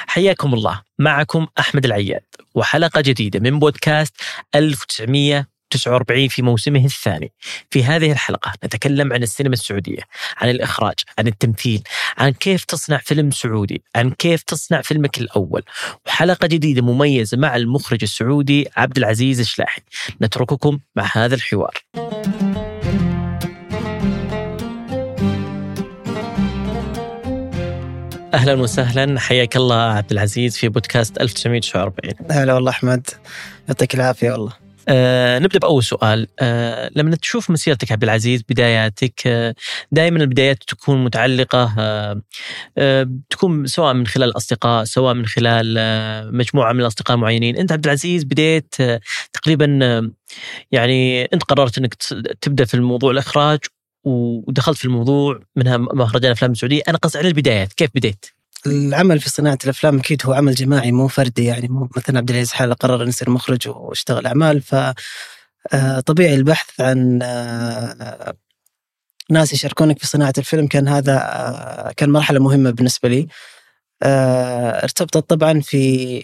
حياكم الله، معكم أحمد العياد وحلقة جديدة من بودكاست 1949 في موسمه الثاني. في هذه الحلقة نتكلم عن السينما السعودية، عن الإخراج، عن التمثيل، عن كيف تصنع فيلم سعودي، عن كيف تصنع فيلمك الأول. وحلقة جديدة مميزة مع المخرج السعودي عبد العزيز الشلاحي. نترككم مع هذا الحوار. أهلا وسهلا، حياك الله عبد العزيز في بودكاست 1949. هلا والله أحمد، يعطيك العافية والله. نبدأ بأول سؤال. لما تشوف مسيرتك عبد العزيز، بداياتك، دائما البدايات تكون متعلقة، تكون سواء من خلال الأصدقاء، سواء من خلال مجموعة من الأصدقاء معينين. أنت عبد العزيز بديت تقريبا، يعني أنت قررت أنك تبدأ في الموضوع الإخراج ودخلت في الموضوع منها مهرجان أفلام السعودية. أنا قصدي على البدايات، كيف بديت؟ العمل في صناعة الأفلام أكيد هو عمل جماعي مو فردي، يعني مو مثلا عبد العزيز حاله قرر أن يصير مخرج واشتغل أعمال. فطبيعي البحث عن ناس يشاركونك في صناعة الفيلم كان هذا كان مرحلة مهمة بالنسبة لي. ارتبطت طبعا في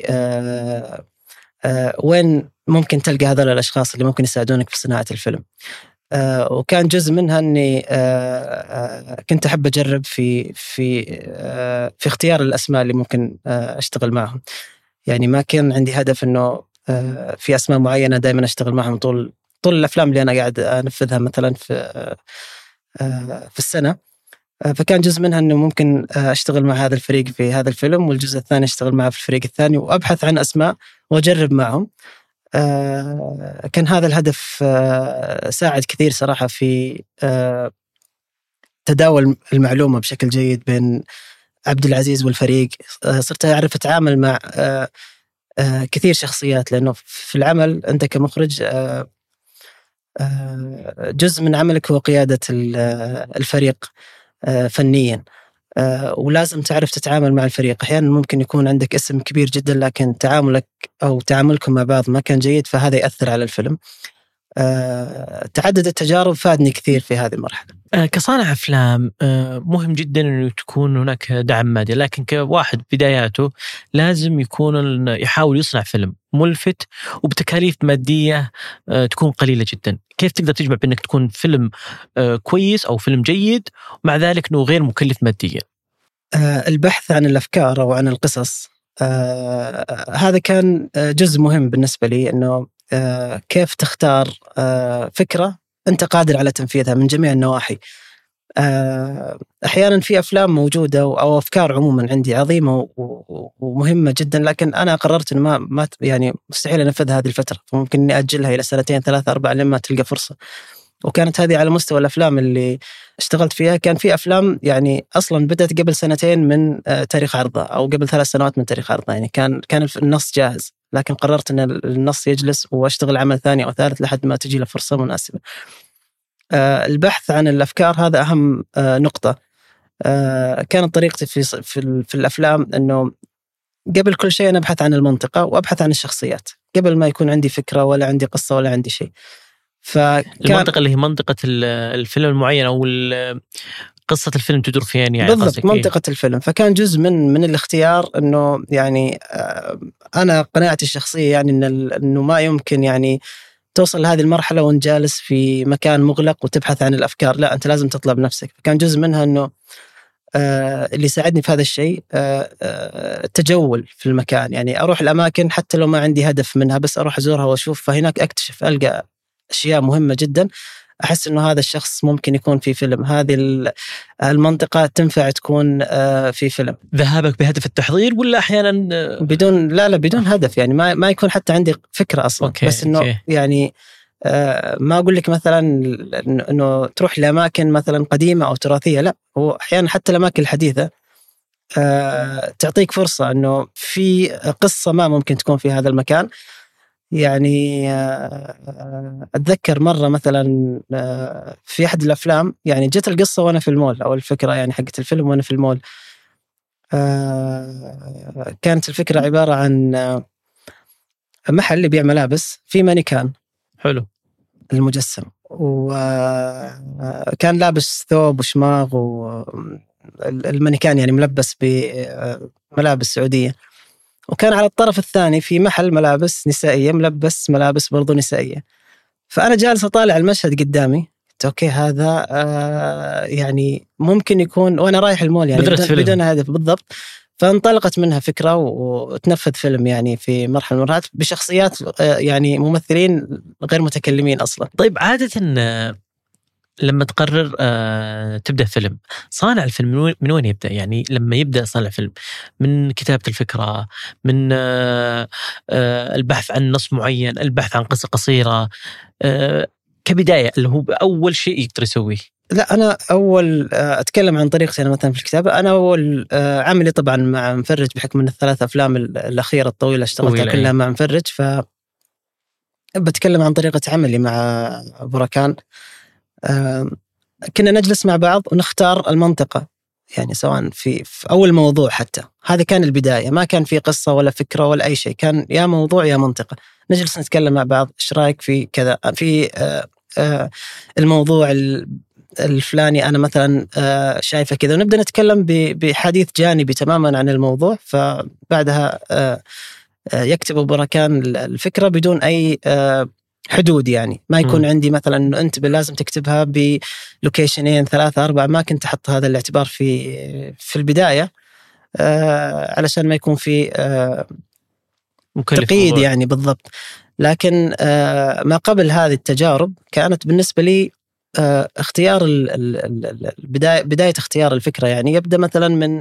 وين ممكن تلقى هذول الأشخاص اللي ممكن يساعدونك في صناعة الفيلم. وكان جزء منها أني كنت أحب أجرب في اختيار الأسماء اللي ممكن أشتغل معهم. يعني ما كان عندي هدف أنه في أسماء معينة دائما أشتغل معهم طول الأفلام اللي أنا قاعد أنفذها مثلا في السنة. فكان جزء منها أنه ممكن أشتغل مع هذا الفريق في هذا الفيلم، والجزء الثاني أشتغل معه في الفريق الثاني، وأبحث عن أسماء وأجرب معهم. كان هذا الهدف ساعد كثير صراحة في تداول المعلومة بشكل جيد بين عبد العزيز والفريق. صرت أعرف أتعامل مع كثير شخصيات، لأنه في العمل أنت كمخرج جزء من عملك هو قيادة الفريق فنيا، ولازم تعرف تتعامل مع الفريق. أحيانا ممكن يكون عندك اسم كبير جدا لكن تعاملك أو تعاملكم مع بعض ما كان جيد، فهذا يأثر على الفيلم. تعدد التجارب فادني كثير في هذه المرحلة. كصانع أفلام مهم جدا أنه تكون هناك دعم مادي، لكن كواحد بداياته لازم يكون يحاول يصنع فيلم ملفت وبتكاليف مادية تكون قليلة جدا. كيف تقدر تجمع بأنك تكون فيلم كويس أو فيلم جيد ومع ذلك أنه غير مكلف ماديا؟ البحث عن الأفكار أو عن القصص، هذا كان جزء مهم بالنسبة لي، أنه كيف تختار فكرة أنت قادر على تنفيذها من جميع النواحي. أحيانا في أفلام موجودة أو أفكار عموما عندي عظيمة ومهمة جدا، لكن أنا قررت أن ما يعني مستحيل أنفذ هذه الفترة، فممكن أني أجلها إلى 2 3 4 لما تلقى فرصة. وكانت هذه على مستوى الأفلام اللي اشتغلت فيها. كان في أفلام يعني أصلا بدأت قبل 2 من تاريخ عرضها أو قبل 3 سنوات من تاريخ عرضها، يعني كان النص جاهز، لكن قررت أن النص يجلس وأشتغل عمل ثاني أو ثالث لحد ما تجي له فرصة مناسبة. البحث عن الأفكار هذا أهم نقطة. كانت طريقتي في الأفلام أنه قبل كل شيء أنا أبحث عن المنطقة وأبحث عن الشخصيات قبل ما يكون عندي فكرة ولا عندي قصة ولا عندي شيء. المنطقة اللي هي منطقة الفيلم المعين أو قصة الفيلم تدور فين يعني؟ بالضبط منطقة الفيلم. فكان جزء من الاختيار أنه يعني أنا قناعتي الشخصية يعني أنه ما يمكن يعني توصل لهذه المرحلة وانت جالس في مكان مغلق وتبحث عن الأفكار، لا أنت لازم تطلع بنفسك. فكان جزء منها أنه اللي ساعدني في هذا الشيء التجول في المكان، يعني أروح الأماكن حتى لو ما عندي هدف منها، بس أروح أزورها وأشوف، فهناك أكتشف ألقى أشياء مهمة جدا أحس أنه هذا الشخص ممكن يكون في فيلم، هذه المنطقة تنفع تكون في فيلم. ذهابك بهدف التحضير ولا أحيانا بدون؟ لا بدون هدف، يعني ما يكون حتى عندي فكرة أصلا. بس أنه يعني ما أقول لك مثلا أنه تروح لأماكن مثلا قديمة أو تراثية، لا، هو أحيانا حتى الأماكن الحديثة تعطيك فرصة أنه في قصة ما ممكن تكون في هذا المكان. يعني أتذكر مرة مثلا في أحد الأفلام يعني جت القصة وأنا في المول، أو الفكرة يعني حقت الفيلم وأنا في المول. كانت الفكرة عبارة عن محل يبيع ملابس في مانيكان حلو المجسم، وكان لابس ثوب وشماغ، والمانيكان يعني ملبس بملابس سعودية. وكان على الطرف الثاني في محل ملابس نسائية ملبس ملابس برضو نسائية. فأنا جالس أطالع المشهد قدامي، أوكي هذا يعني ممكن يكون، وأنا رايح المول يعني بدون هدف بالضبط. فانطلقت منها فكرة وتنفذ فيلم يعني في مرحلة من المرات بشخصيات يعني ممثلين غير متكلمين أصلا. طيب عادة لما تقرر تبدأ فيلم، صانع الفيلم من وين يبدأ؟ يعني لما يبدأ صانع فيلم، من كتابة الفكرة، من البحث عن نص معين، البحث عن قصة قصيرة، كبداية اللي هو أول شيء يقدر يسويه؟ لا أنا أول أتكلم عن طريقتي أنا مثلا في الكتابة. أنا أول عملي طبعا مع مفرج بحكم من ال3 أفلام الأخيرة الطويلة اشتغلتها كلها مع مفرج، بتكلم عن طريقة عملي مع بركان. كنا نجلس مع بعض ونختار المنطقة، يعني سواء في أول موضوع، حتى هذا كان البداية، ما كان في قصة ولا فكرة ولا أي شيء، كان يا موضوع يا منطقة. نجلس نتكلم مع بعض، إيش رأيك في كذا، في الموضوع الفلاني أنا مثلا شايفة كذا، ونبدأ نتكلم بحديث جانبي تماما عن الموضوع. فبعدها يكتب بركان الفكرة بدون أي حدود، يعني ما يكون عندي مثلا إنه أنت لازم تكتبها بلوكيشنين 3 4. ما كنت أحط هذا الاعتبار في البداية علشان ما يكون في تقييد يعني بالضبط. لكن ما قبل هذه التجارب كانت بالنسبة لي اختيار بداية اختيار الفكرة، يعني يبدأ مثلا من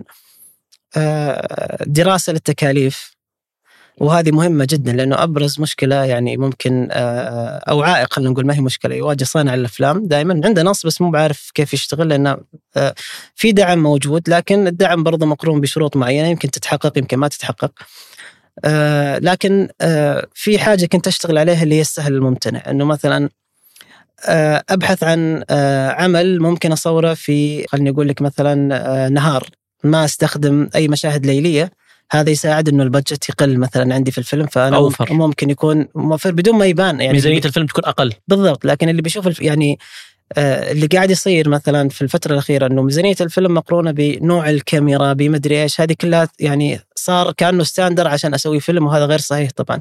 دراسة للتكاليف، وهذه مهمة جدا لأنه أبرز مشكلة يعني ممكن أو عائق، خلينا نقول ما هي مشكلة، يواجه صانع الأفلام دائما عنده نص بس مو بعرف كيف يشتغل، لأنه في دعم موجود لكن الدعم برضه مقرون بشروط معينة، يمكن تتحقق يمكن ما تتحقق. لكن في حاجة كنت أشتغل عليها اللي هي السهل الممتنع، أنه مثلا أبحث عن عمل ممكن أصوره في، خليني أقول لك مثلا نهار، ما أستخدم أي مشاهد ليلية. هذا يساعد إنه البادجت يقل مثلا عندي في الفيلم، فأنا أوفر. ممكن يكون موفر بدون ما يبان، يعني ميزانية الفيلم تكون أقل بالضبط. لكن اللي بيشوف يعني اللي قاعد يصير مثلا في الفترة الأخيرة إنه ميزانية الفيلم مقرونة بنوع الكاميرا بمدري إيش، هذه كلها يعني صار كأنه ستاندر عشان أسوي فيلم، وهذا غير صحيح طبعا.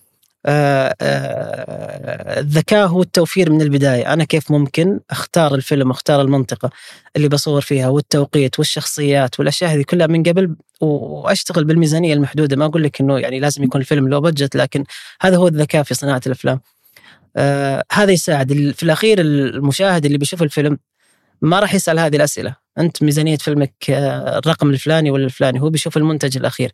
الذكاء هو التوفير من البداية. أنا كيف ممكن أختار الفيلم، أختار المنطقة اللي بصور فيها والتوقيت والشخصيات والأشياء هذه كلها من قبل، وأشتغل بالميزانية المحدودة. ما أقول لك إنه يعني لازم يكون الفيلم لو بجت، لكن هذا هو الذكاء في صناعة الأفلام. هذا يساعد في الأخير المشاهد اللي بيشوف الفيلم ما راح يسأل هذه الأسئلة، أنت ميزانية فيلمك الرقم الفلاني ولا الفلاني، هو بيشوف المنتج الأخير.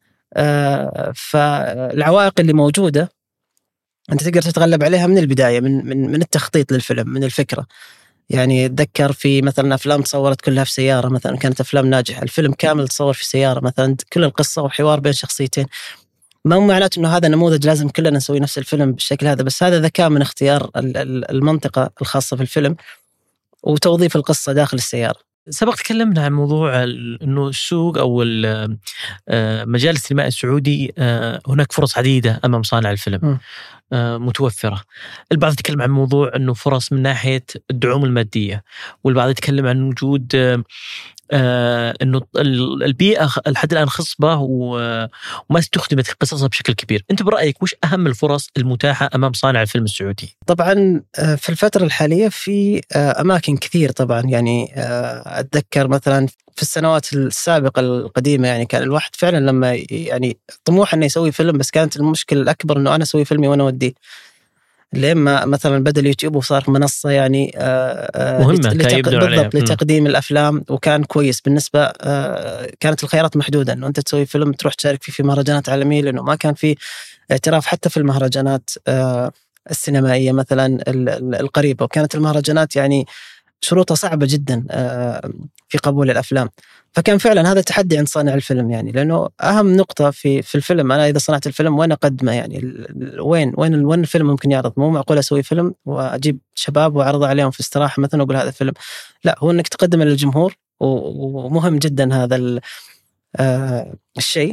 فالعوائق اللي موجودة أنت تقدر تتغلب عليها من البداية، من التخطيط للفيلم، من الفكرة. يعني أتذكر في مثلا أفلام تصورت كلها في سيارة مثلا، كانت أفلام ناجحة، الفيلم كامل تصور في سيارة مثلا، كل القصة وحوار بين شخصيتين. ما هو معناته إنه هذا نموذج لازم كلنا نسوي نفس الفيلم بالشكل هذا، بس هذا ذكاء من اختيار المنطقة الخاصة في الفيلم وتوظيف القصة داخل السيارة. سبق تكلمنا عن موضوع إنه السوق أو مجال السينما السعودي هناك فرص عديدة أمام صانع الفيلم متوفرة. البعض يتكلم عن موضوع إنه فرص من ناحية الدعوم المادية، والبعض يتكلم عن وجود إنه البيئة لحد الآن خصبة وما استخدمت قصصها بشكل كبير. أنت برأيك وش أهم الفرص المتاحة أمام صانع الفيلم السعودي؟ طبعا في الفترة الحالية في أماكن كثير طبعا، يعني أتذكر مثلا في السنوات السابقة القديمة يعني كان الواحد فعلا لما يعني طموح أنه يسوي فيلم، بس كانت المشكلة الأكبر أنه أنا أسوي فيلمي وأنا ودي، لما مثلا بدأ اليوتيوب وصار منصة يعني مهمة بالضبط لتقديم الأفلام، وكان كويس بالنسبة كانت الخيارات محدودة أنه أنت تسوي فيلم تروح تشارك فيه في مهرجانات عالمية، لأنه ما كان في اعتراف حتى في المهرجانات السينمائية مثلا القريبة، وكانت المهرجانات يعني شروطها صعبة جدا في قبول الأفلام. فكان فعلا هذا تحدي عند صانع الفيلم، يعني لأنه أهم نقطة في الفيلم، أنا إذا صنعت الفيلم وين أقدمه، يعني وين الفيلم ممكن يعرض. مو معقول أسوي فيلم وأجيب شباب وأعرض عليهم في استراحة مثلا وأقول هذا فيلم، لا، هو إنك تقدمه للجمهور، ومهم جدا هذا الشيء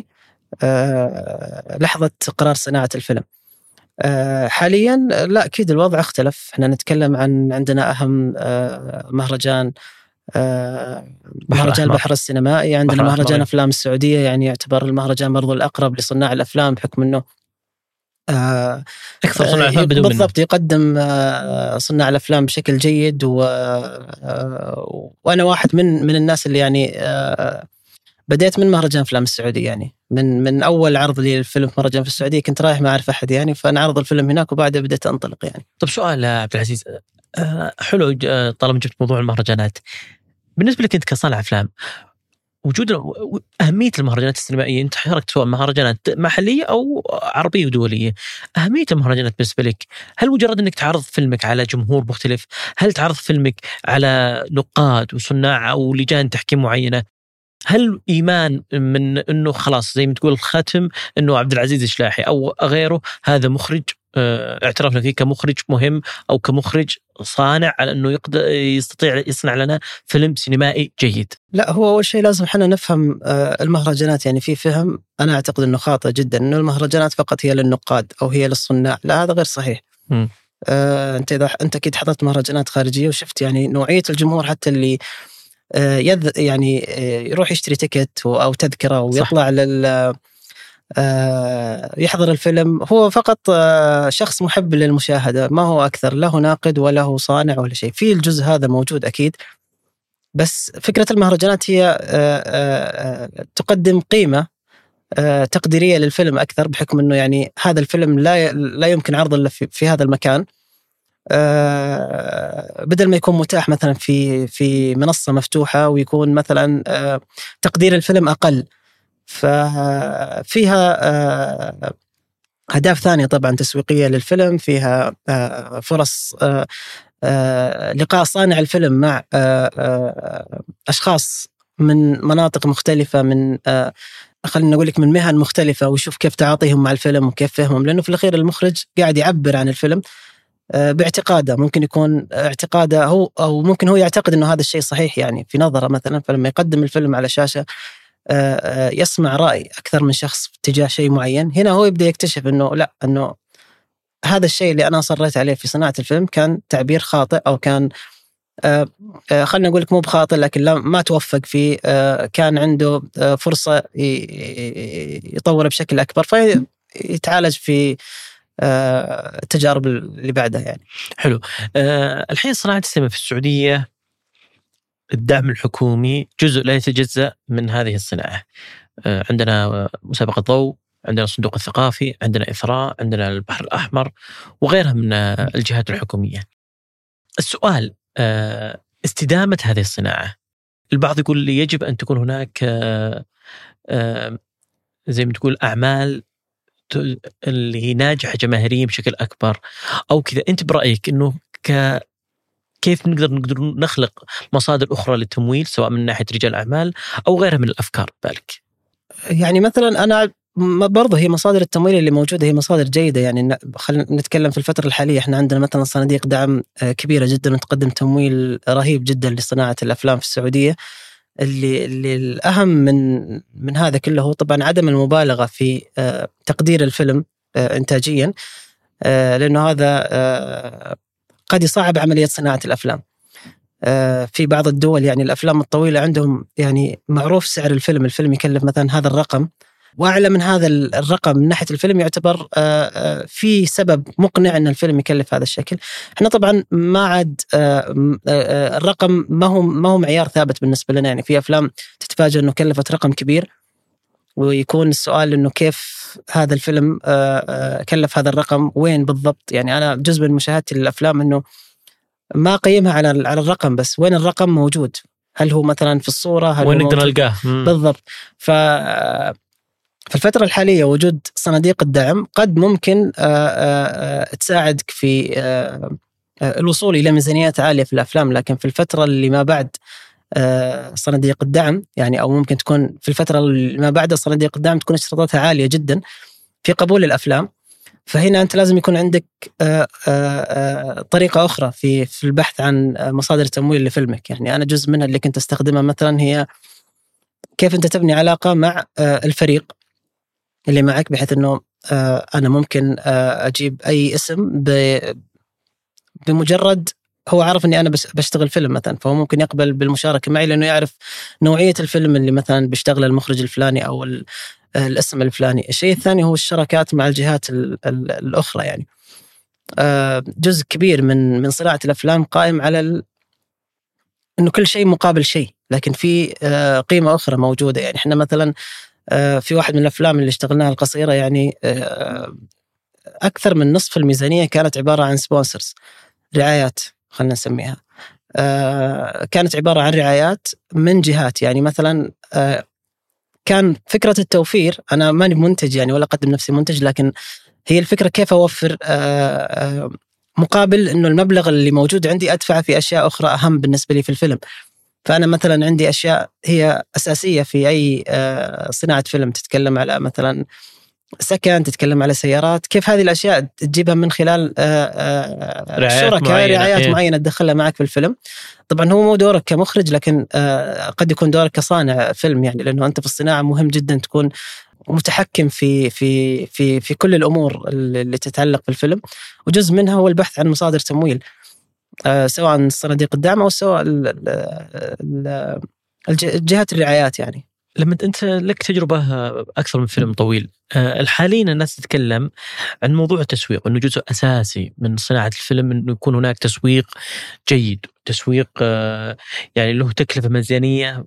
لحظة قرار صناعة الفيلم. حاليا لا، أكيد الوضع اختلف. احنا نتكلم عن عندنا أهم مهرجان مهرجان البحر السينمائي. عندنا مهرجان أحمر. أفلام السعودية، يعني يعتبر المهرجان برضو الأقرب لصناع الأفلام بحكم أنه أكثر صناع أفلام بدون بالضبط يقدم صناع الأفلام بشكل جيد. وأنا واحد من الناس اللي يعني بديت من مهرجان أفلام السعودية، يعني من أول عرض لي الفيلم في مهرجان في السعودية كنت رايح ما أعرف أحد يعني، فأنا عرض الفيلم هناك وبعدها بديت أنطلق يعني. طب سؤال عبد العزيز، حلو طالما جبت موضوع المهرجانات، بالنسبة لك أنت كصانع أفلام، وجود أهمية المهرجانات السينمائية، أنت حضرت سواء مهرجانات محلية أو عربية ودولية، أهمية المهرجانات بالنسبة لك هل مجرد أنك تعرض فيلمك على جمهور مختلف؟ هل تعرض فيلمك على نقاد وصناع أو لجان تحكيم معينة؟ هل إيمان من أنه خلاص زي ما تقول الختم أنه عبد العزيز الشلاحي أو غيره هذا مخرج اعترفنا فيه كمخرج مهم أو كمخرج صانع على أنه يقدر يستطيع يصنع لنا فيلم سينمائي جيد؟ لا، هو أول شيء لازم حنا نفهم المهرجانات، يعني في فهم أنا أعتقد أنه خاطئ جدا أنه المهرجانات فقط هي للنقاد أو هي للصناع. لا، هذا غير صحيح. أنت إذا أنت أكيد حضرت مهرجانات خارجية وشفت يعني نوعية الجمهور حتى اللي يعني يروح يشتري تيكت أو تذكرة ويطلع يحضر الفيلم، هو فقط شخص محب للمشاهدة، ما هو أكثر، له ناقد ولا هو صانع ولا شيء. في الجزء هذا موجود أكيد، بس فكرة المهرجانات هي تقدم قيمة تقديرية للفيلم أكثر، بحكم أنه يعني هذا الفيلم لا يمكن عرضه إلا في هذا المكان، بدل ما يكون متاح مثلا في منصة مفتوحة ويكون مثلا تقدير الفيلم أقل. ففيها أهداف ثانية طبعا تسويقية للفيلم، فيها فرص لقاء صانع الفيلم مع أشخاص من مناطق مختلفة، من خلينا نقول لك من مهن مختلفة، ويشوف كيف تعاطيهم مع الفيلم وكيف فهمهم، لأنه في الأخير المخرج قاعد يعبر عن الفيلم باعتقاده، ممكن يكون اعتقاده هو أو ممكن هو يعتقد أنه هذا الشيء صحيح يعني في نظره مثلا، فلما يقدم الفيلم على شاشة يسمع رأي أكثر من شخص تجاه شيء معين، هنا هو يبدأ يكتشف أنه لا، أنه هذا الشيء اللي أنا صريت عليه في صناعة الفيلم كان تعبير خاطئ، أو كان خلنا نقول لك مو بخاطئ لكن ما توفق فيه، كان عنده فرصة يطور بشكل أكبر فيتعالج في التجارب اللي بعدها يعني. حلو. الحين صناعة السينما في السعودية الدعم الحكومي جزء لا يتجزأ من هذه الصناعة. عندنا مسابقة ضوء، عندنا الصندوق الثقافي، عندنا إثراء، عندنا البحر الأحمر وغيرها من الجهات الحكومية. السؤال استدامة هذه الصناعة، البعض يقول لي يجب أن تكون هناك زي ما تقول أعمال اللي هي ناجحة جماهيريا بشكل أكبر أو كذا. أنت برأيك أنه كيف نقدر نخلق مصادر أخرى للتمويل سواء من ناحية رجال أعمال أو غيرها من الأفكار بالك؟ يعني مثلا أنا برضه هي مصادر التمويل اللي موجودة هي مصادر جيدة، يعني خلينا نتكلم في الفترة الحالية احنا عندنا مثلا صناديق دعم كبيرة جدا وتقدم تمويل رهيب جدا لصناعة الأفلام في السعودية. اللي الأهم من هذا كله هو طبعا عدم المبالغة في تقدير الفيلم إنتاجيا، لأنه هذا قد يصعب عملية صناعة الأفلام. في بعض الدول يعني الأفلام الطويلة عندهم يعني معروف سعر الفيلم يكلف مثلا هذا الرقم، وأعلى من هذا الرقم من ناحية الفيلم يعتبر في سبب مقنع أن الفيلم يكلف هذا الشكل. احنا طبعا ما عاد الرقم ما هو معيار ثابت بالنسبة لنا، يعني في أفلام تتفاجأ أنه كلفت رقم كبير، ويكون السؤال أنه كيف هذا الفيلم كلف هذا الرقم، وين بالضبط. يعني أنا جزء من مشاهدتي للأفلام أنه ما قيمها على الرقم، بس وين الرقم موجود، هل هو مثلا في الصورة، هل وين هو نقدر نلقاه بالضبط. في الفترة الحالية وجود صناديق الدعم قد ممكن تساعدك في الوصول إلى ميزانيات عالية في الأفلام، لكن في الفترة اللي ما بعد صناديق الدعم يعني، أو ممكن تكون في الفترة اللي ما بعد صناديق الدعم تكون اشتراطاتها عالية جدا في قبول الأفلام، فهنا أنت لازم يكون عندك طريقة أخرى في البحث عن مصادر تمويل لفيلمك. يعني أنا جزء منها اللي كنت أستخدمها مثلا هي كيف أنت تبني علاقة مع الفريق اللي معك، بحيث أنه أنا ممكن أجيب أي اسم بمجرد هو عارف اني انا بشتغل فيلم مثلا، فهو ممكن يقبل بالمشاركه معي لانه يعرف نوعيه الفيلم اللي مثلا بيشتغل المخرج الفلاني او الاسم الفلاني. الشيء الثاني هو الشراكات مع الجهات الاخرى. يعني جزء كبير من صناعه الافلام قائم على انه كل شيء مقابل شيء، لكن في قيمه اخرى موجوده. يعني احنا مثلا في واحد من الافلام اللي اشتغلناها القصيره، يعني اكثر من نصف الميزانيه كانت عباره عن سبونسرز، رعايات خلينا نسميها. كانت عباره عن رعايات من جهات. يعني مثلا كان فكره التوفير، انا ماني منتج يعني ولا اقدم نفسي منتج، لكن هي الفكره كيف اوفر مقابل انه المبلغ اللي موجود عندي ادفع في اشياء اخرى اهم بالنسبه لي في الفيلم. فانا مثلا عندي اشياء هي اساسيه في اي صناعه فيلم، تتكلم على مثلا سكن، تتكلم على سيارات، كيف هذه الاشياء تجيبها من خلال شركاء، رعايات معينه تدخلها معك في الفيلم. طبعا هو مو دورك كمخرج، لكن قد يكون دورك كصانع فيلم، يعني لانه انت في الصناعه مهم جدا تكون متحكم في كل الامور اللي تتعلق بالفيلم، وجزء منها هو البحث عن مصادر تمويل، سواء صناديق الدعم او سواء الجهات الرعايات. يعني لما أنت لك تجربة أكثر من فيلم طويل، الحاليا الناس تتكلم عن موضوع التسويق، أنه جزء أساسي من صناعة الفيلم أنه يكون هناك تسويق جيد، تسويق يعني له تكلفة ميزانية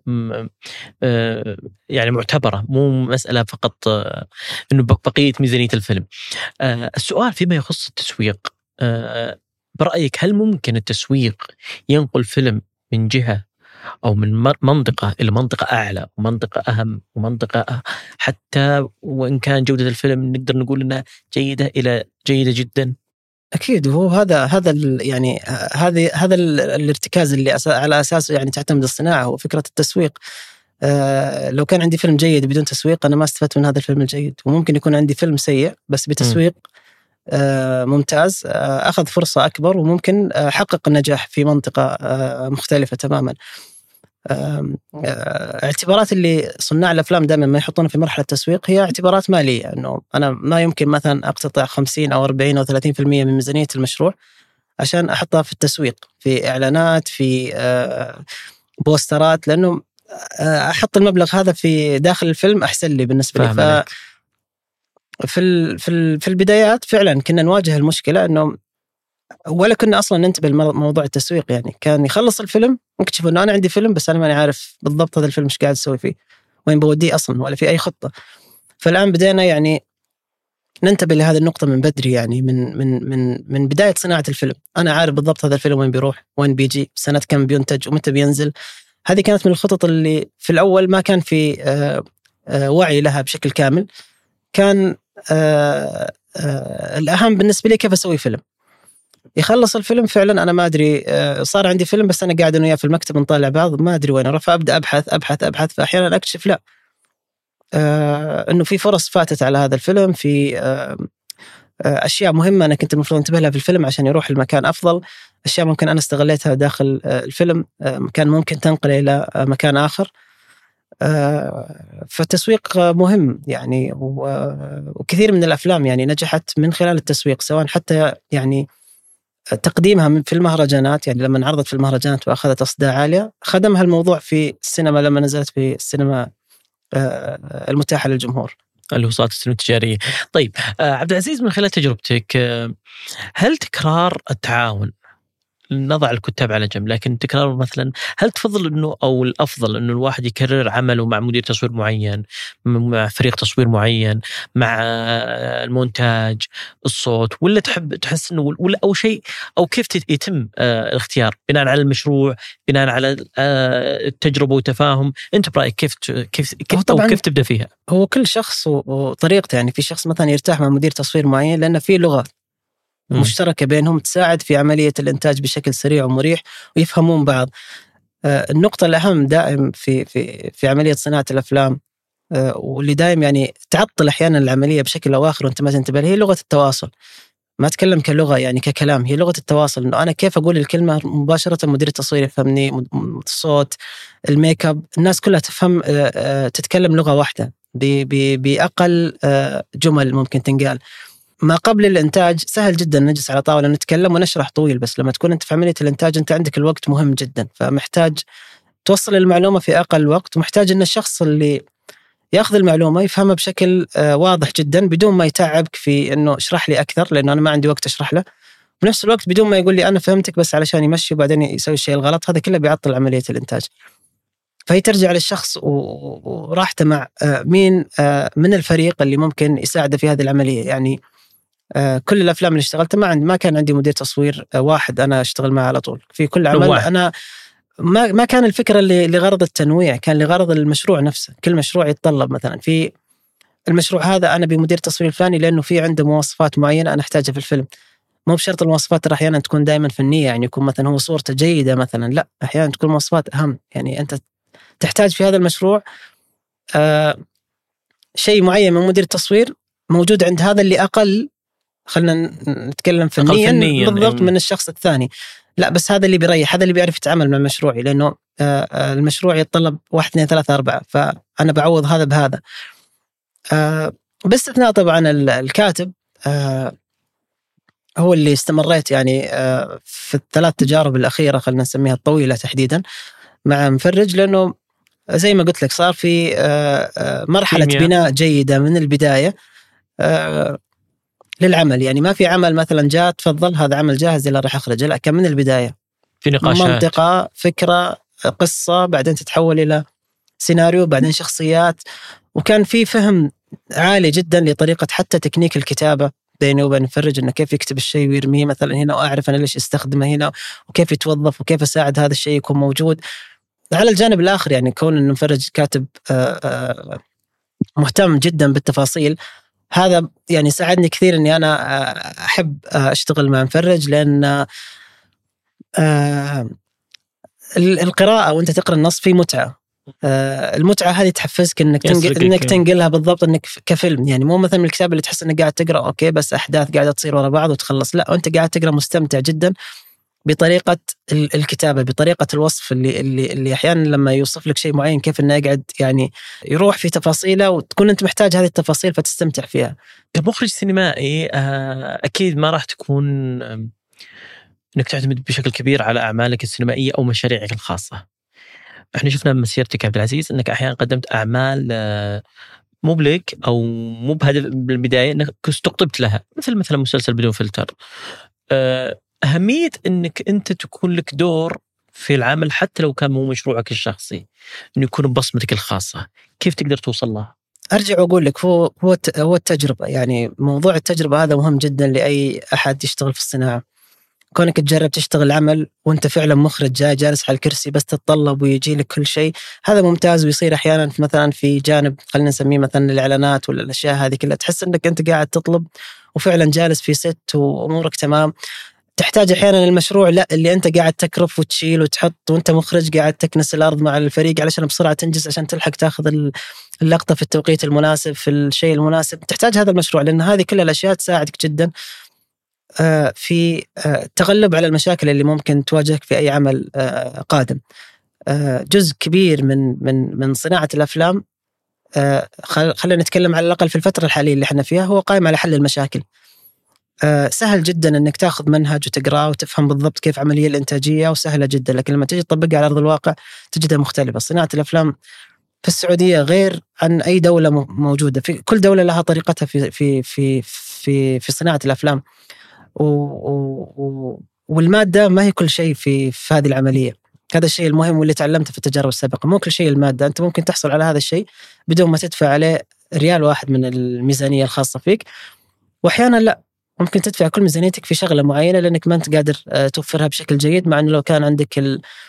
يعني معتبرة، مو مسألة فقط أنه بقية ميزانية الفيلم. السؤال فيما يخص التسويق، برأيك هل ممكن التسويق ينقل فيلم من جهة أو من منطقة إلى منطقة أعلى ومنطقة أهم ومنطقة حتى وإن كان جودة الفيلم نقدر نقول إنها جيدة إلى جيدة جدا؟ أكيد. وهو هذا يعني هذا الارتكاز اللي على أساسه يعني تعتمد الصناعة، هو فكرة التسويق. لو كان عندي فيلم جيد بدون تسويق أنا ما استفدت من هذا الفيلم الجيد، وممكن يكون عندي فيلم سيء بس بتسويق ممتاز أخذ فرصة أكبر، وممكن أحقق النجاح في منطقة مختلفة تماما. اعتبارات اللي صناع الأفلام دائما ما يحطونها في مرحلة التسويق هي اعتبارات مالية، أنه أنا ما يمكن مثلا أقتطع 50 أو 40 أو 30% من ميزانية المشروع عشان أحطها في التسويق، في إعلانات، في بوسترات، لأنه أحط المبلغ هذا في داخل الفيلم أحسن لي بالنسبة لي. في البدايات فعلا كنا نواجه المشكلة أنه ولا كنا أصلا ننتبه لموضوع التسويق. يعني كان يخلص الفيلم نكتشف أنه أنا عندي فيلم بس أنا ماني عارف بالضبط هذا الفيلم إيش قاعد أسوي فيه، وين بوديه أصلا، ولا في أي خطة. فالآن بدينا يعني ننتبه لهذه النقطة من بدري، يعني من بداية صناعة الفيلم أنا عارف بالضبط هذا الفيلم وين بيروح، وين بيجي، سنة كم بينتج، ومتى بينزل. هذه كانت من الخطط اللي في الأول ما كان في وعي لها بشكل كامل. كان الأهم بالنسبة لي كيف أسوي فيلم يخلص الفيلم. فعلا أنا ما أدري، صار عندي فيلم بس أنا قاعد أنا وياه في المكتب نطالع بعض، ما أدري وين أروح، فأبدأ أبحث فأحيانا أكتشف لا أنه في فرص فاتت على هذا الفيلم، في أشياء مهمة أنا كنت المفروض انتبه لها في الفيلم عشان يروح المكان أفضل، أشياء ممكن أنا استغليتها داخل الفيلم كان ممكن تنقل إلى مكان آخر. فالتسويق مهم يعني، وكثير من الأفلام يعني نجحت من خلال التسويق، سواء حتى يعني تقديمها في المهرجانات. يعني لما عرضت في المهرجانات وأخذت أصداء عالية خدمها الموضوع في السينما لما نزلت في السينما المتاحة للجمهور، اللي هو صارت السينما التجارية. طيب عبد العزيز، من خلال تجربتك هل تكرار التعاون، نضع الكتاب على جنب، لكن تكرار مثلا، هل تفضل انه او الافضل انه الواحد يكرر عمله مع مدير تصوير معين، مع فريق تصوير معين، مع المونتاج، الصوت، ولا تحب تحس انه ولا او شيء، او كيف يتم الاختيار بناء على المشروع، بناء على التجربه وتفاهم؟ انت برايك كيف تبدا فيها؟ هو كل شخص وطريقته. يعني في شخص مثلا يرتاح مع مدير تصوير معين لان في لغه مشتركة بينهم تساعد في عملية الإنتاج بشكل سريع ومريح ويفهمون بعض. النقطة الأهم دائم في عملية صناعة الأفلام واللي دائم يعني تعطل أحيانا العملية بشكل أو آخر وأنت ما تنتبه، هي لغة التواصل. ما أتكلم كلغة يعني ككلام، هي لغة التواصل، إنه أنا كيف أقول الكلمة مباشرة مدير التصوير يفهمني، الصوت، الميك اب، الناس كلها تفهم تتكلم لغة واحدة بأقل جمل ممكن تنقال. ما قبل الإنتاج سهل جدا نجلس على طاولة نتكلم ونشرح طويل، بس لما تكون أنت في عملية الإنتاج أنت عندك الوقت مهم جدا، فمحتاج توصل المعلومة في أقل وقت، ومحتاج أن الشخص اللي يأخذ المعلومة يفهمها بشكل واضح جدا بدون ما يتعبك في أنه اشرح لي أكثر، لأنه أنا ما عندي وقت أشرح له، بنفس الوقت بدون ما يقول لي أنا فهمتك بس علشان يمشي وبعدين يسوي الشيء الغلط، هذا كله بيعطل عملية الإنتاج. فهي ترجع للشخص وراحته مع مين من الفريق اللي ممكن يساعده في هذه العملية. يعني كل الأفلام اللي اشتغلتها ما كان عندي مدير تصوير واحد أنا أشتغل معه على طول في كل عمل. أنا ما كان الفكرة اللي لغرض التنويع، كان لغرض المشروع نفسه. كل مشروع يتطلب مثلا في المشروع هذا أنا بمدير تصوير الفلاني لأنه في عنده مواصفات معينة أنا أحتاجها في الفيلم. مو بشرط المواصفات ترى أحيانا تكون دائما فنية، يعني يكون مثلا هو صورته جيدة مثلا، لا أحيانا تكون مواصفات أهم. يعني أنت تحتاج في هذا المشروع شيء معين من مدير التصوير موجود عند هذا اللي أقل، خلنا نتكلم فنيا بالضبط من الشخص الثاني. لا بس هذا اللي بيريح، هذا اللي بيعرف يتعامل مع مشروعي، لأنه المشروع يتطلب 1 2 3 4، فأنا بعوض هذا بهذا. باستثناء طبعا الكاتب هو اللي استمريت يعني في ال3 تجارب الأخيرة خلنا نسميها الطويلة تحديدا مع مفرج، لأنه زي ما قلت لك صار في مرحلة بناء جيدة من البداية للعمل. يعني ما في عمل مثلا جاء تفضل هذا عمل جاهز إلا راح أخرجه، لا كان من البداية في نقاشات، منطقة، فكرة، قصة، بعدين تتحول إلى سيناريو، بعدين شخصيات، وكان في فهم عالي جدا لطريقة حتى تكنيك الكتابة بيني وبين المفرج، إنه كيف يكتب الشيء ويرميه مثلا هنا، وأعرف أنا ليش استخدمه هنا، وكيف يتوظف، وكيف أساعد هذا الشيء يكون موجود. على الجانب الآخر يعني كون إنه مفرج كاتب مهتم جدا بالتفاصيل، هذا يعني ساعدني كثير إني أنا أحب أشتغل مع مفرج، لأن القراءة وأنت تقرأ النص في متعة. المتعة هذه تحفزك إنك تنقلها بالضبط إنك كفيلم. يعني مو مثلا من الكتاب اللي تحس إنك قاعد تقرأ أوكي بس أحداث قاعدة تصير ورا بعض وتخلص، لا أنت قاعد تقرأ مستمتع جدا بطريقة الكتابة، بطريقة الوصف اللي أحيانا لما يوصف لك شيء معين كيف إنه يقعد يعني يروح في تفاصيله، وتكون أنت محتاج هذه التفاصيل فتستمتع فيها. كمخرج سينمائي أكيد ما راح تكون إنك تعتمد بشكل كبير على أعمالك السينمائية أو مشاريعك الخاصة. إحنا شفنا بمسيرتك عبد العزيز أنك أحيانا قدمت أعمال مو بلك أو مو بهدف بالبداية أنك استقطبت لها، مثلا مسلسل بدون فلتر. أهمية أنك أنت تكون لك دور في العمل حتى لو كان مو مشروعك الشخصي، أنه يكون بصمتك الخاصة، كيف تقدر توصل لها؟ أرجع وأقول لك هو التجربة. يعني موضوع التجربة هذا مهم جدا لأي أحد يشتغل في الصناعة. كونك تجرب تشتغل عمل وانت فعلا مخرج جاي جالس على الكرسي بس تتطلب ويجي لك كل شيء، هذا ممتاز. ويصير أحيانا مثلا في جانب خلينا نسميه مثلا الإعلانات ولا الأشياء هذه كلها تحس أنك أنت قاعد تطلب وفعلا جالس في ست وأمورك تمام. تحتاج أحيانا المشروع لا اللي أنت قاعد تكرف وتشيل وتحط وانت مخرج قاعد تكنس الأرض مع الفريق علشان بسرعة تنجز عشان تلحق تاخذ اللقطة في التوقيت المناسب في الشيء المناسب. تحتاج هذا المشروع لأن هذه كل الأشياء تساعدك جدا في التغلب على المشاكل اللي ممكن تواجهك في أي عمل قادم. جزء كبير من صناعة الأفلام خلينا نتكلم على الأقل في الفترة الحالية اللي احنا فيها هو قائم على حل المشاكل. سهل جدا أنك تأخذ منهج وتقرأ وتفهم بالضبط كيف عملية الإنتاجية وسهلة جدا، لكن لما تيجي تطبقها على أرض الواقع تجدها مختلفة. صناعة الأفلام في السعودية غير عن أي دولة موجودة، في كل دولة لها طريقتها في صناعة الأفلام، والمادة ما هي كل شيء في هذه العملية. هذا الشيء المهم واللي تعلمته في التجارب السابقة. مو كل شيء المادة، أنت ممكن تحصل على هذا الشيء بدون ما تدفع عليه ريال واحد من الميزانية الخاصة فيك، وأحيانا لا ممكن تدفع كل ميزانيتك في شغلة معينة لأنك ما أنت قادر توفرها بشكل جيد، مع أنه لو كان عندك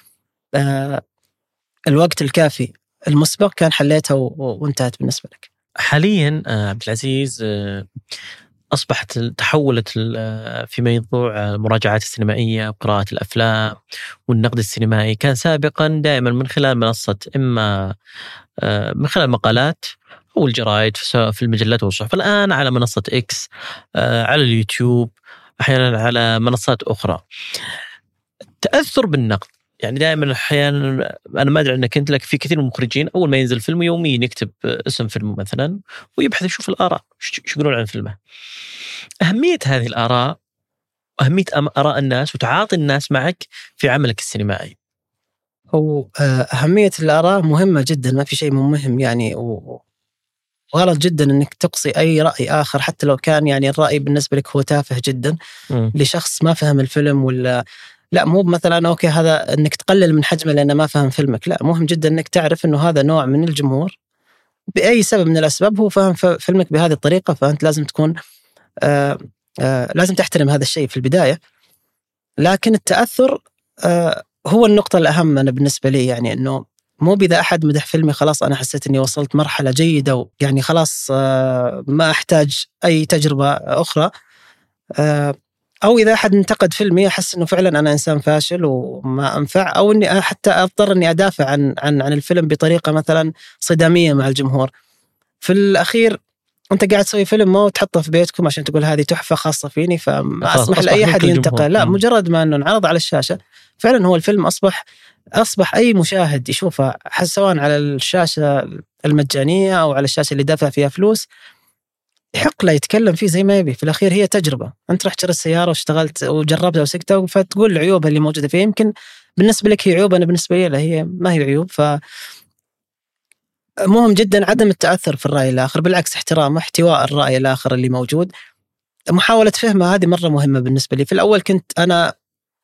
الوقت الكافي المسبق كان حليتها وانتهت بالنسبة لك. حاليا عبد العزيز تحولت في موضوع المراجعات السينمائية وقراءة الأفلام والنقد السينمائي. كان سابقا دائما من خلال منصة، إما من خلال مقالات أو الجرائد في المجلات والصحف، الآن على منصة إكس، على اليوتيوب، أحيانا على منصات أخرى. تأثر بالنقد، يعني دائما أحيانا أنا ما أدري أنك أنت، لك في كثير من المخرجين أول ما ينزل فيلم يوميا يكتب اسم فيلم مثلا ويبحث يشوف الآراء شو يقولون عن فيلمه. أهمية هذه الآراء، أهمية آراء الناس وتعاطي الناس معك في عملك السينمائي. هو أهمية الآراء مهمة جدا، ما في شيء مهم يعني، وغلط جدا أنك تقصي أي رأي آخر حتى لو كان يعني الرأي بالنسبة لك هو تافه جدا لشخص ما فهم الفيلم، ولا لا مو مثلا أوكي هذا أنك تقلل من حجمه لأنه ما فهم فيلمك. لا، مهم جدا أنك تعرف أنه هذا نوع من الجمهور بأي سبب من الأسباب هو فهم فيلمك بهذه الطريقة، فأنت لازم تكون لازم تحترم هذا الشيء في البداية. لكن التأثر هو النقطة الأهم أنا بالنسبة لي، يعني أنه مو بإذا أحد مدح فيلمي خلاص أنا حسيت أني وصلت مرحلة جيدة يعني خلاص ما أحتاج أي تجربة أخرى، أو إذا أحد انتقد فيلمي أحس أنه فعلا أنا إنسان فاشل وما أنفع، أو أني حتى أضطر أني أدافع عن الفيلم بطريقة مثلا صدامية مع الجمهور. في الأخير أنت قاعد تسوي فيلم ما تحطه في بيتكم عشان تقول هذه تحفة خاصة فيني، فما أسمح لأي أحد ينتقد. لا، مجرد ما أنه انعرض على الشاشة فعلا هو الفيلم أصبح أي مشاهد يشوفه سواء على الشاشة المجانية أو على الشاشة اللي دافع فيها فلوس يحق له يتكلم فيه زي ما يبي. في الأخير هي تجربة، أنت رحت شريت السيارة واشتغلت وجربتها وسكتها فتقول العيوب اللي موجودة فيها، يمكن بالنسبة لك هي عيوب، أنا بالنسبة لي هي ما هي عيوب. مهم جدا عدم التأثر في الرأي الآخر، بالعكس احترامه، احتواء الرأي الآخر اللي موجود، محاولة فهمه، هذه مرة مهمة بالنسبة لي. في الأول كنت أنا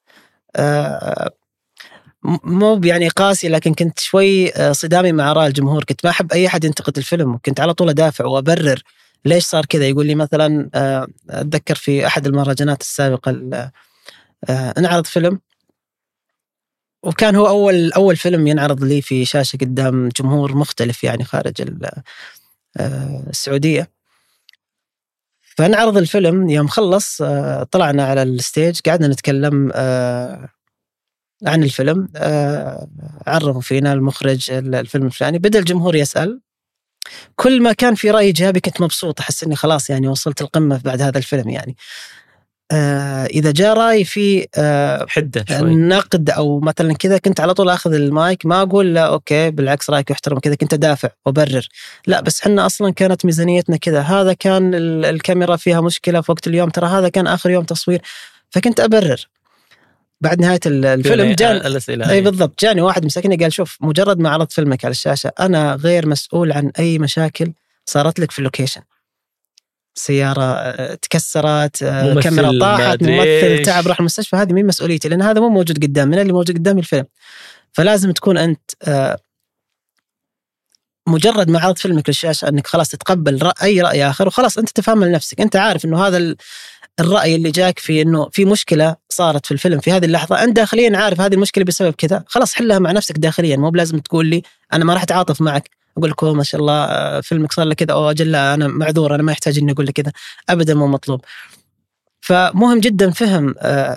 مو يعني قاسي، لكن كنت شوي صدامي مع آراء الجمهور، كنت ما أحب أي أحد ينتقد الفيلم، وكنت على طول أدافع وأبرر ليش صار كذا. يقول لي مثلا أتذكر في أحد المهرجانات السابقة انعرض فيلم، وكان هو أول فيلم ينعرض لي في شاشة قدام جمهور مختلف يعني خارج السعودية. فنعرض الفيلم، يوم خلص طلعنا على الستيج قعدنا نتكلم عن الفيلم، عرفوا فينا المخرج الفيلم الفلاني، بدأ الجمهور يسأل، كل ما كان في رأي إيجابي كنت مبسوط، أحس إني خلاص يعني وصلت القمة بعد هذا الفيلم يعني. إذا جاء رأي في حدة شوي نقد أو مثلا كذا كنت على طول أخذ المايك، ما أقول لا أوكي بالعكس رأيك يحترم كذا، كنت أدافع وبرر لا بس حنا أصلا كانت ميزانيتنا كذا، هذا كان الكاميرا فيها مشكلة في وقت اليوم، ترى هذا كان آخر يوم تصوير، فكنت أبرر. بعد نهاية الفيلم أي بالضبط جاني واحد مسكني قال شوف، مجرد ما عرضت فيلمك على الشاشة أنا غير مسؤول عن أي مشاكل صارت لك في اللوكيشن، سيارة تكسرت، كاميرا طاحت، ممثل تعب راح المستشفى، هذه مين مسؤوليتي، لأن هذا مو موجود قدامنا، اللي موجود قدامي الفيلم. فلازم تكون أنت مجرد ما عرضت فيلمك للشاشة أنك خلاص تتقبل أي رأي آخر، وخلاص أنت تفهم لنفسك، أنت عارف أنه هذا الرأي اللي جاك في أنه في مشكلة صارت في الفيلم في هذه اللحظة، أنت داخليا عارف هذه المشكلة بسبب كذا، خلاص حلها مع نفسك داخليا، مو بلازم تقول لي أنا ما راح أتعاطف معك، أقول لكم ما شاء الله فيلمك صار لك كذا أو أجل أنا معذور أنا ما يحتاج إني أقول لك كذا، أبدا مو مطلوب. فمهم جدا فهم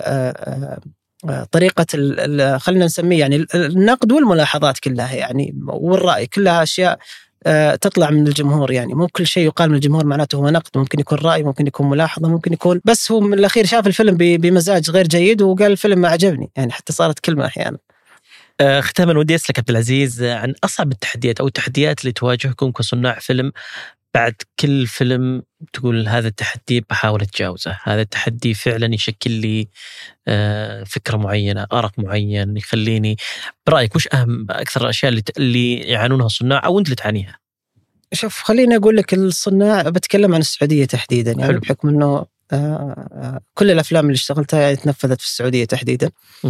طريقة خلينا نسميه يعني النقد والملاحظات كلها يعني والرأي، كلها أشياء تطلع من الجمهور، يعني مو كل شيء يقال من الجمهور معناته هو نقد، ممكن يكون رأي، ممكن يكون ملاحظة، ممكن يكون بس هو من الأخير شاف الفيلم بمزاج غير جيد وقال الفيلم ما عجبني، يعني حتى صارت كلمة أحيانا. ختاما ودي أسألك عبد العزيز عن أصعب التحديات أو التحديات اللي تواجهكم كصناع فيلم، بعد كل فيلم تقول هذا التحدي بحاول أتجاوزه، هذا التحدي فعلا يشكل لي فكرة معينة، أرق معين يخليني، برأيك وش أهم أكثر الأشياء اللي يعانونها الصناع أو أنت اللي تعانيها؟ شوف خليني أقول لك الصناع، بتكلم عن السعودية تحديدا يعني بحكم أنه كل الأفلام اللي اشتغلتها يعني تنفذت في السعودية تحديدا.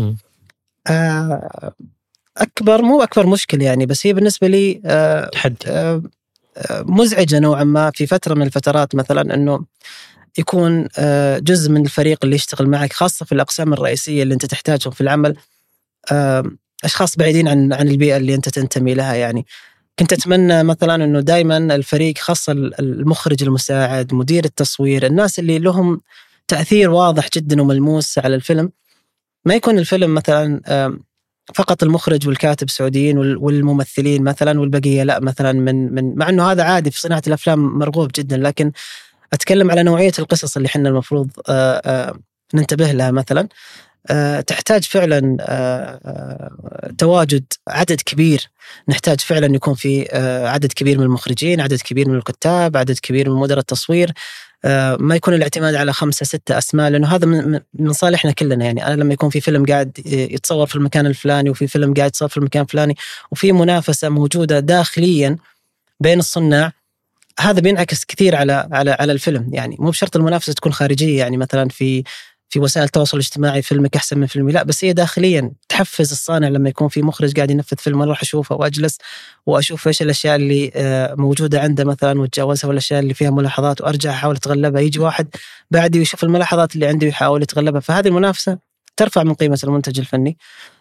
مو أكبر مشكلة يعني، بس هي بالنسبة لي تحدي مزعجة نوعا ما في فترة من الفترات، مثلا أنه يكون جزء من الفريق اللي يشتغل معك خاصة في الأقسام الرئيسية اللي أنت تحتاجهم في العمل أشخاص بعيدين عن البيئة اللي أنت تنتمي لها. يعني كنت أتمنى مثلا أنه دايما الفريق خاصة المخرج المساعد، مدير التصوير، الناس اللي لهم تأثير واضح جدا وملموس على الفيلم، ما يكون الفيلم مثلا فقط المخرج والكاتب سعوديين والممثلين مثلا والبقية لا، مثلا من مع أنه هذا عادي في صناعة الأفلام مرغوب جدا، لكن أتكلم على نوعية القصص اللي حنا المفروض ننتبه لها. مثلا تحتاج فعلا تواجد عدد كبير. نحتاج فعلا يكون في عدد كبير من المخرجين، عدد كبير من الكتاب، عدد كبير من مدراء التصوير. ما يكون الاعتماد على 5-6 أسماء، لأنه هذا من صالحنا كلنا. يعني أنا لما يكون في فيلم قاعد يتصور في المكان الفلاني، وفي فيلم قاعد يتصور في المكان الفلاني، وفي منافسة موجودة داخليا بين الصناع، هذا بينعكس كثير على الفيلم. يعني مو بشرط المنافسة تكون خارجية، يعني مثلا في وسائل التواصل الاجتماعي فيلمك أحسن من فيلمي، لا، بس هي داخليا تحفز الصانع. لما يكون في مخرج قاعد ينفذ فيلم، أنا راح أشوفه وأجلس وأشوف إيش الأشياء اللي موجودة عنده مثلا وتجاوزها، والأشياء اللي فيها ملاحظات وأرجع أحاول أتغلبها. يجي واحد بعدي ويشوف الملاحظات اللي عندي ويحاول يتغلبها. فهذه المنافسة ترفع من قيمة المنتج الفني.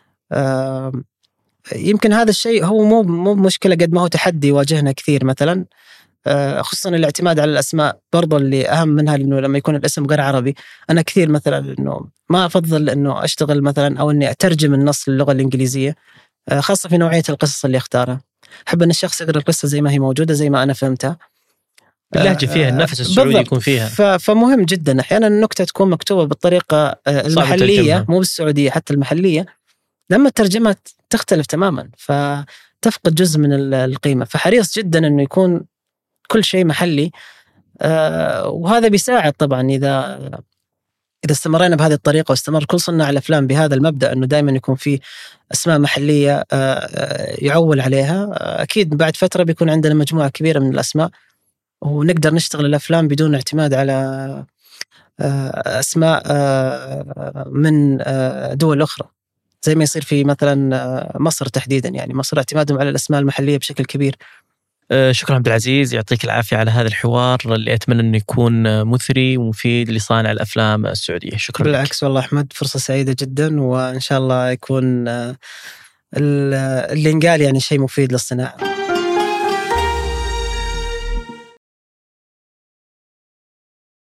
يمكن هذا الشيء هو مو مشكلة قد ما هو تحدي يواجهنا كثير، مثلا خصوصا الاعتماد على الأسماء برضو، اللي أهم منها إنه لما يكون الاسم غير عربي. أنا كثير مثلا إنه ما أفضل إنه أشتغل مثلا أو إني أترجم النص للغة الإنجليزية، خاصة في نوعية القصص اللي أختارها. أحب أن الشخص يقرأ القصة زي ما هي موجودة، زي ما أنا فهمتها، باللهجة فيها، النفس السعودي يكون فيها. فمهم جدا أحيانا النكتة تكون مكتوبة بالطريقة المحلية، مو بالسعودية، حتى المحلية لما الترجمة تختلف تماما، فتفقد جزء من القيمة. فحريص جدا إنه يكون كل شيء محلي. وهذا بيساعد طبعا إذا استمرينا بهذه الطريقة، واستمر كل صناع الأفلام بهذا المبدأ أنه دائما يكون في أسماء محلية يعول عليها. أكيد بعد فترة بيكون عندنا مجموعة كبيرة من الأسماء، ونقدر نشتغل الأفلام بدون اعتماد على أسماء من دول أخرى، زي ما يصير في مثلا مصر تحديدا. يعني مصر اعتمادهم على الأسماء المحلية بشكل كبير. شكرا عبد العزيز، يعطيك العافية على هذا الحوار اللي أتمنى أنه يكون مثري ومفيد لصانع الأفلام السعودية. شكرا. بالعكس والله أحمد، فرصة سعيدة جدا، وإن شاء الله يكون اللي نقال يعني شيء مفيد للصناعة.